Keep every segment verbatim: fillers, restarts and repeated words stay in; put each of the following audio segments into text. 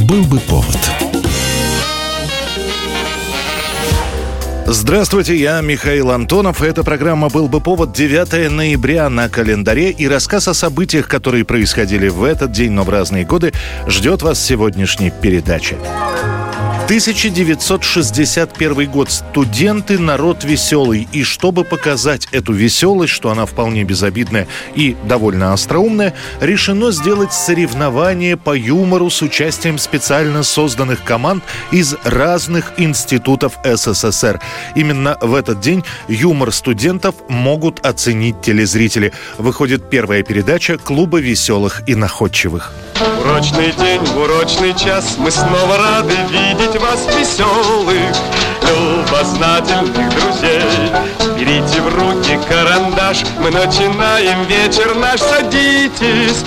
Был бы повод. Здравствуйте, я Михаил Антонов. Эта программа «Был бы повод». девятое ноября на календаре. И рассказ о событиях, которые происходили в этот день, но в разные годы, ждет вас в сегодняшней передаче. тысяча девятьсот шестьдесят первый год. Студенты – народ веселый. И чтобы показать эту веселость, что она вполне безобидная и довольно остроумная, решено сделать соревнование по юмору с участием специально созданных команд из разных институтов СССР. Именно в этот день юмор студентов могут оценить телезрители. Выходит первая передача «Клуба веселых и находчивых». Урочный день, урочный час, мы снова рады видеть вас веселых, любознательных друзей. Берите в руки карандаш, мы начинаем вечер наш, садитесь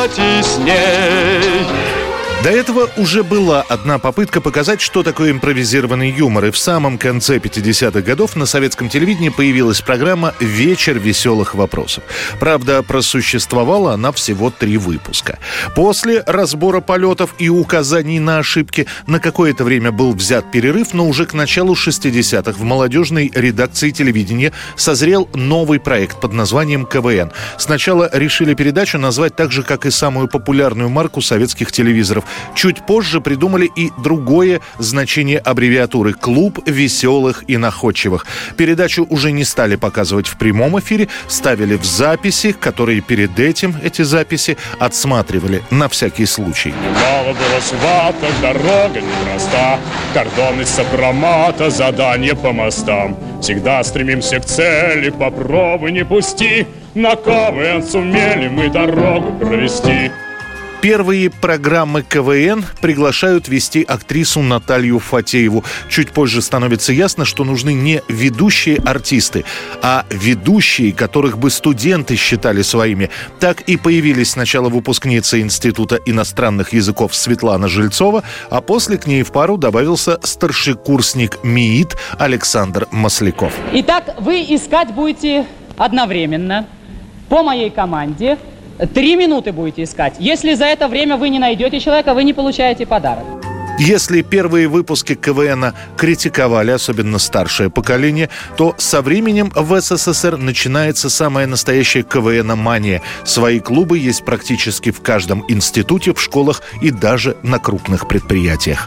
потесней. До этого уже была одна попытка показать, что такое импровизированный юмор. И в самом конце пятидесятых годов на советском телевидении появилась программа «Вечер веселых вопросов». Правда, просуществовала она всего три выпуска. После разбора полетов и указаний на ошибки на какое-то время был взят перерыв, но уже к началу шестидесятых в молодежной редакции телевидения созрел новый проект под названием КВН. Сначала решили передачу назвать так же, как и самую популярную марку советских телевизоров. Чуть позже придумали и другое значение аббревиатуры – «Клуб веселых и находчивых». Передачу уже не стали показывать в прямом эфире, ставили в записи, которые перед этим, эти записи, отсматривали на всякий случай. Мало было свата, дорога непроста, кордоны сопромата, задание по мостам. Всегда стремимся к цели, попробуй не пусти, на КВН сумели мы дорогу провести. Первые программы КВН приглашают вести актрису Наталью Фатееву. Чуть позже становится ясно, что нужны не ведущие артисты, а ведущие, которых бы студенты считали своими. Так и появились сначала выпускница Института иностранных языков Светлана Жильцова, а после к ней в пару добавился старшекурсник МИИТ Александр Масляков. Итак, вы искать будете одновременно по моей команде. Три минуты будете искать. Если за это время вы не найдете человека, вы не получаете подарок. Если первые выпуски КВНа критиковали, особенно старшее поколение, то со временем в СССР начинается самая настоящая КВН-мания. Свои клубы есть практически в каждом институте, в школах и даже на крупных предприятиях.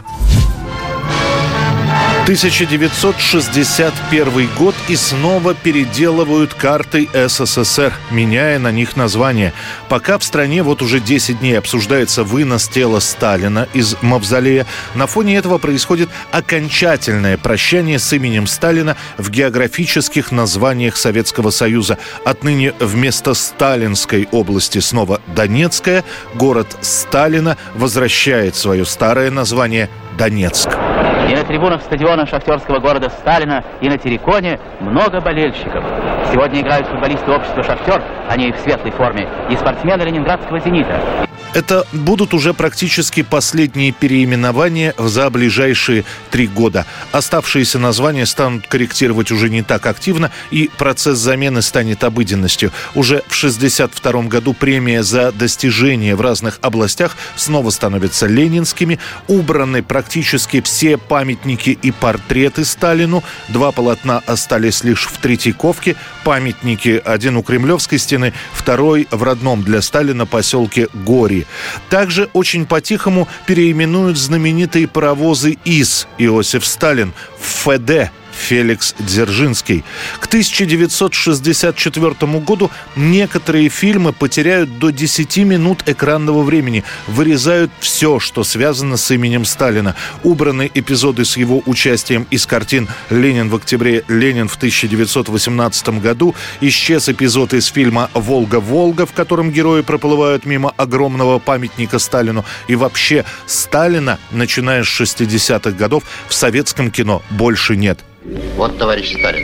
тысяча девятьсот шестьдесят первый год, и снова переделывают карты СССР, меняя на них название. Пока в стране вот уже десять дней обсуждается вынос тела Сталина из мавзолея, на фоне этого происходит окончательное прощание с именем Сталина в географических названиях Советского Союза. Отныне вместо Сталинской области снова Донецкая. Город Сталина возвращает свое старое название Донецк. И на трибунах стадиона шахтерского города Сталина, и на Тереконе много болельщиков. Сегодня играют футболисты общества «Шахтер», они в светлой форме, и спортсмены ленинградского «Зенита». Это будут уже практически последние переименования за ближайшие три года. Оставшиеся названия станут корректировать уже не так активно, и процесс замены станет обыденностью. Уже в шестьдесят втором году премия за достижения в разных областях снова становятся ленинскими. Убраны практически все памятники и портреты Сталину. Два полотна остались лишь в Третьяковке. Памятники: один у Кремлевской стены, второй в родном для Сталина поселке Гори. Также очень по-тихому переименуют знаменитые паровозы ИС Иосиф Сталин в ФД Феликс Дзержинский. К тысяча девятьсот шестьдесят четвёртому году некоторые фильмы потеряют до десяти минут экранного времени. Вырезают все, что связано с именем Сталина. Убраны эпизоды с его участием из картин «Ленин в октябре», «Ленин в тысяча девятьсот восемнадцатом году». Исчез эпизод из фильма «Волга-Волга», в котором герои проплывают мимо огромного памятника Сталину. И вообще Сталина, начиная с шестидесятых годов, в советском кино больше нет. Вот, товарищ Сталин.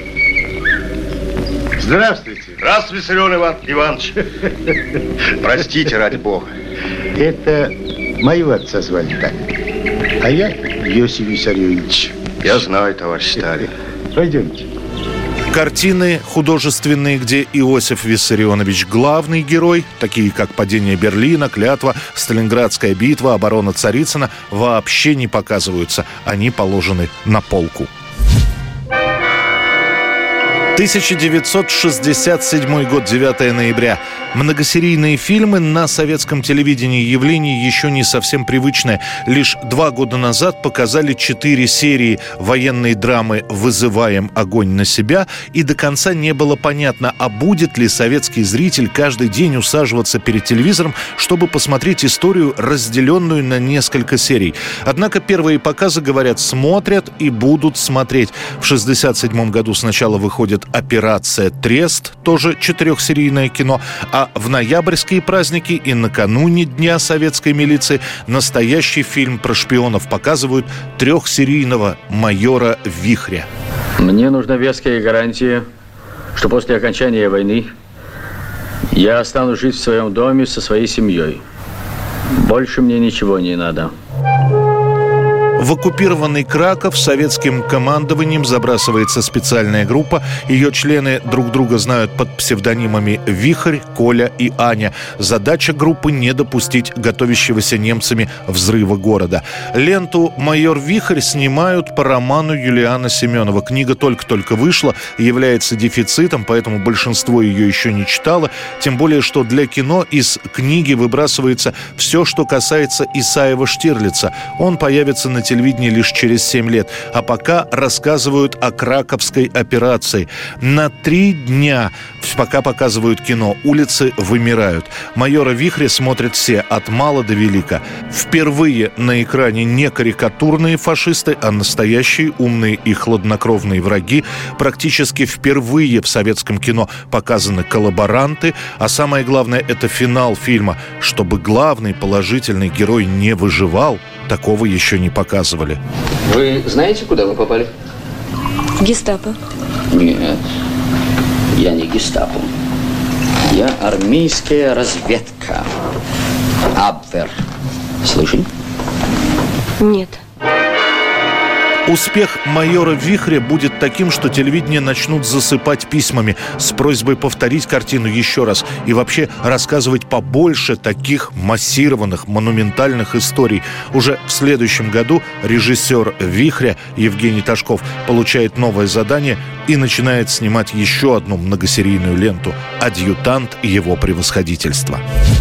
Здравствуйте. Здравствуйте, Виссарион Иван Иванович. Простите, ради бога. Это моего отца звали так. А я Иосиф Виссарионович. Я знаю, товарищ Сталин. Пойдемте. Картины художественные, где Иосиф Виссарионович главный герой, такие как «Падение Берлина», «Клятва», «Сталинградская битва», «Оборона Царицына», вообще не показываются. Они положены на полку. тысяча девятьсот шестьдесят седьмой год, девятое ноября. Многосерийные фильмы на советском телевидении — явление еще не совсем привычное. Лишь два года назад показали четыре серии военной драмы «Вызываем огонь на себя», и до конца не было понятно, а будет ли советский зритель каждый день усаживаться перед телевизором, чтобы посмотреть историю, разделенную на несколько серий. Однако первые показы, говорят, смотрят и будут смотреть. В шестьдесят седьмом году сначала выходит «Операция Трест», тоже четырехсерийное кино, а в ноябрьские праздники и накануне Дня советской милиции настоящий фильм про шпионов показывают трехсерийного «Майора Вихря». Мне нужны веские гарантии, что после окончания войны я останусь жить в своем доме со своей семьей. Больше мне ничего не надо. В оккупированный Краков советским командованием забрасывается специальная группа. Ее члены друг друга знают под псевдонимами Вихрь, Коля и Аня. Задача группы — не допустить готовящегося немцами взрыва города. Ленту «Майор Вихрь» снимают по роману Юлиана Семенова. Книга только-только вышла, является дефицитом, поэтому большинство ее еще не читало. Тем более, что для кино из книги выбрасывается все, что касается Исаева Штирлица. Он появится на телевидении телевидении лишь через семь лет. А пока рассказывают о краковской операции. На три дня, пока показывают кино, улицы вымирают. «Майора Вихря» смотрят все, от мала до велика. Впервые на экране не карикатурные фашисты, а настоящие умные и хладнокровные враги. Практически впервые в советском кино показаны коллаборанты. А самое главное — это финал фильма. Чтобы главный положительный герой не выживал, такого еще не показывали. Вы знаете, куда вы попали? В гестапо. Нет, я не гестапо. Я армейская разведка. Абвер. Слышали? Нет. Успех «Майора Вихря» будет таким, что телевидение начнут засыпать письмами с просьбой повторить картину еще раз и вообще рассказывать побольше таких массированных, монументальных историй. Уже в следующем году режиссер «Вихря» Евгений Ташков получает новое задание и начинает снимать еще одну многосерийную ленту «Адъютант его превосходительства».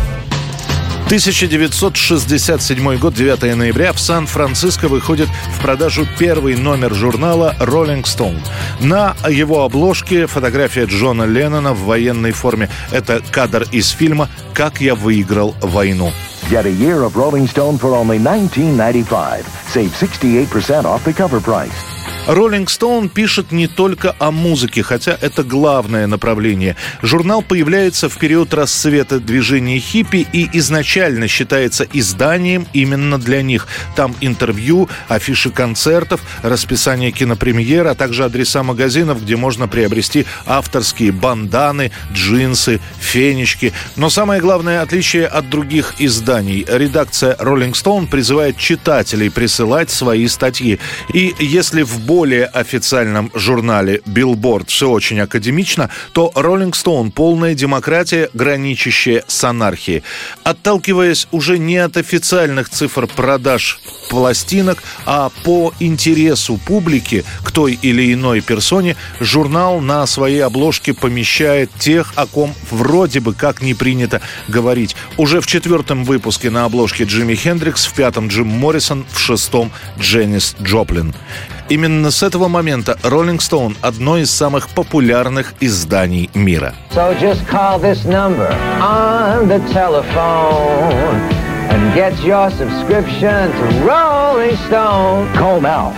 тысяча девятьсот шестьдесят седьмой год, девятое ноября, в Сан-Франциско выходит в продажу первый номер журнала «Rolling Stone». На его обложке фотография Джона Леннона в военной форме. Это кадр из фильма «Как я выиграл войну». Get a year of Rolling Stone for only nineteen ninety-five. Save sixty-eight percent off the cover price. Rolling Stone пишет не только о музыке, хотя это главное направление. Журнал появляется в период расцвета движения хиппи и изначально считается изданием именно для них. Там интервью, афиши концертов, расписание кинопремьер, а также адреса магазинов, где можно приобрести авторские банданы, джинсы, фенечки. Но самое главное отличие от других изданий. Редакция Rolling Stone призывает читателей присылать свои статьи. И если в более официальном журнале Billboard все очень академично, то Rolling Stone — полная демократия, граничащая с анархией. Отталкиваясь уже не от официальных цифр продаж пластинок, а по интересу публики к той или иной персоне, журнал на своей обложке помещает тех, о ком вроде бы как не принято говорить. Уже в четвертом выпуске на обложке Джимми Хендрикс, в пятом Джим Моррисон, в шестом Дженнис Джоплин. Именно с этого момента Rolling Stone — одно из самых популярных изданий мира. So just call this number on the telephone and get your subscription to Rolling Stone. Call now.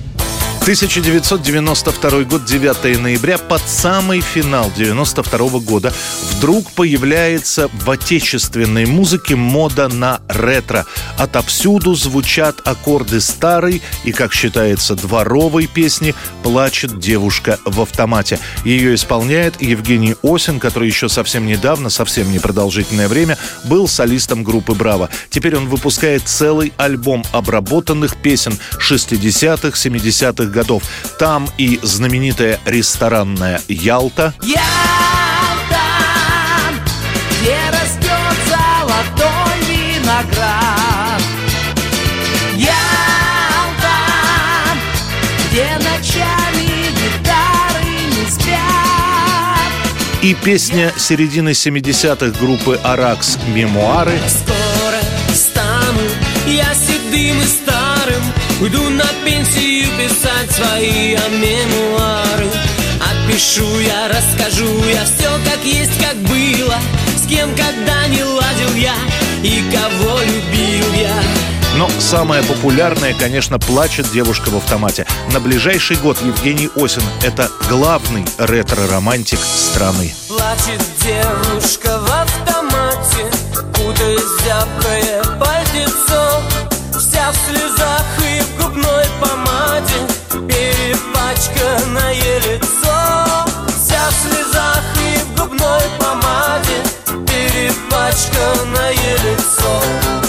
тысяча девятьсот девяносто второй год, девятое ноября, под самый финал девяносто второго года вдруг появляется в отечественной музыке мода на ретро. Отовсюду звучат аккорды старой и, как считается, дворовой песни «Плачет девушка в автомате». Ее исполняет Евгений Осин, который еще совсем недавно, совсем непродолжительное время, был солистом группы «Браво». Теперь он выпускает целый альбом обработанных песен шестидесятых, семидесятых годов. годов. Там и знаменитая ресторанная «Ялта». Ялта, где растет золотой виноград. Ялта, где ночами гитары не спят. И песня середины семидесятых группы «Аракс» «Мемуары». Скоро стану я седым и старым, уйду на пенсию писать свои мемуары. Отпишу я, расскажу я все как есть, как было, с кем когда не ладил я и кого любил я. Но самое популярное, конечно, «Плачет девушка в автомате». На ближайший год Евгений Осин – это главный ретро-романтик страны. Плачет девушка в автомате, кутаясь в зябкое пальтецо, вся в слезах и в губной помаде, перепачканное лицо. Вся в слезах и в губной помаде, перепачканное лицо.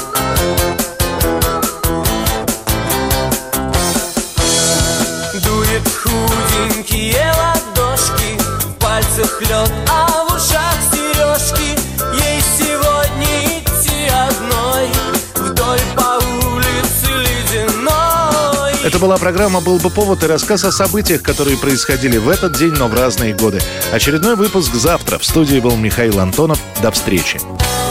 Дует худенькие ладошки, в пальцах лед, а в ушах сережки. Ей сегодня идти одной вдоль по улице ледяной. Это была программа «Был бы повод» и рассказ о событиях, которые происходили в этот день, но в разные годы. Очередной выпуск завтра. В студии был Михаил Антонов. До встречи.